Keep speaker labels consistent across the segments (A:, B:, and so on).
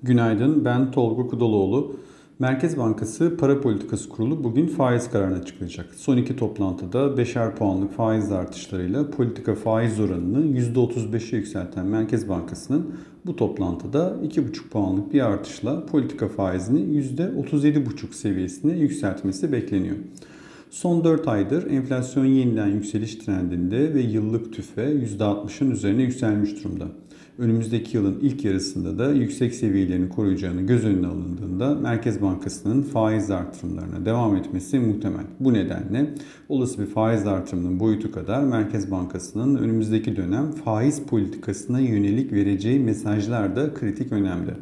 A: Günaydın, ben Tolga Kuduloğlu. Merkez Bankası Para Politikası Kurulu bugün faiz kararını açıklayacak. Son iki toplantıda beşer puanlık faiz artışlarıyla politika faiz oranını %35'e yükselten Merkez Bankası'nın bu toplantıda 2,5 puanlık bir artışla politika faizini %37,5 seviyesine yükseltmesi bekleniyor. Son 4 aydır enflasyon yeniden yükseliş trendinde ve yıllık tüfe %60'ın üzerine yükselmiş durumda. Önümüzdeki yılın ilk yarısında da yüksek seviyelerini koruyacağını göz önüne alındığında Merkez Bankası'nın faiz artırımlarına devam etmesi muhtemel. Bu nedenle olası bir faiz artırımının boyutu kadar Merkez Bankası'nın önümüzdeki dönem faiz politikasına yönelik vereceği mesajlar da kritik önemli.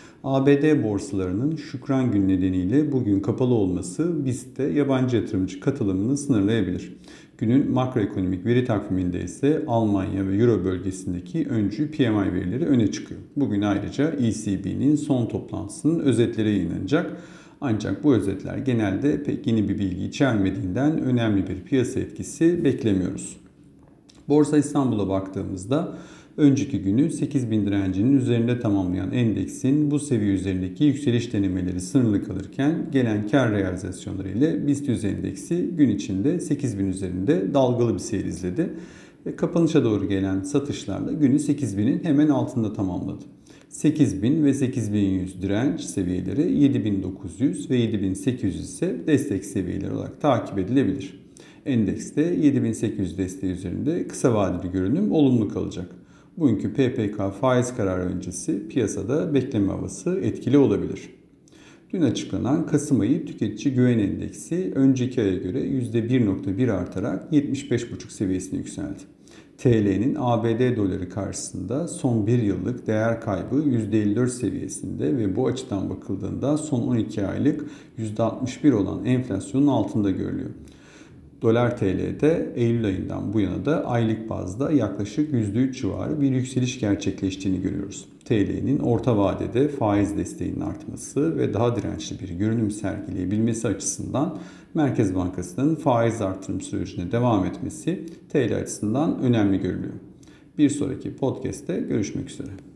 A: ABD borsalarının Şükran Günü nedeniyle bugün kapalı olması BIST'te yabancı yatırımcı katılımını sınırlayabilir. Günün makroekonomik veri takviminde ise Almanya ve Euro bölgesindeki öncü PMI verileri öne çıkıyor. Bugün ayrıca ECB'nin son toplantısının özetleri yayınlanacak. Ancak bu özetler genelde pek yeni bir bilgi içermediğinden önemli bir piyasa etkisi beklemiyoruz. Borsa İstanbul'a baktığımızda önceki günü 8.000 direncinin üzerinde tamamlayan endeksin bu seviye üzerindeki yükseliş denemeleri sınırlı kalırken gelen kar realizasyonları ile BIST 100 endeksi gün içinde 8.000 üzerinde dalgalı bir seyir izledi. Ve kapanışa doğru gelen satışlarla günü 8.000'in hemen altında tamamladı. 8.000 ve 8.100 direnç seviyeleri, 7.900 ve 7.800 ise destek seviyeleri olarak takip edilebilir. Endekste 7.800 desteği üzerinde kısa vadeli görünüm olumlu kalacak. Bugünkü PPK faiz kararı öncesi piyasada bekleme havası etkili olabilir. Dün açıklanan Kasım ayı tüketici güven endeksi önceki aya göre %1,1 artarak 75,5 seviyesine yükseldi. TL'nin ABD doları karşısında son bir yıllık değer kaybı %54 seviyesinde ve bu açıdan bakıldığında son 12 aylık %61 olan enflasyonun altında görülüyor. Dolar TL'de Eylül ayından bu yana da aylık bazda yaklaşık %3 civarı bir yükseliş gerçekleştiğini görüyoruz. TL'nin orta vadede faiz desteğinin artması ve daha dirençli bir görünüm sergileyebilmesi açısından Merkez Bankası'nın faiz artırım sürecine devam etmesi TL açısından önemli görülüyor. Bir sonraki podcast'te görüşmek üzere.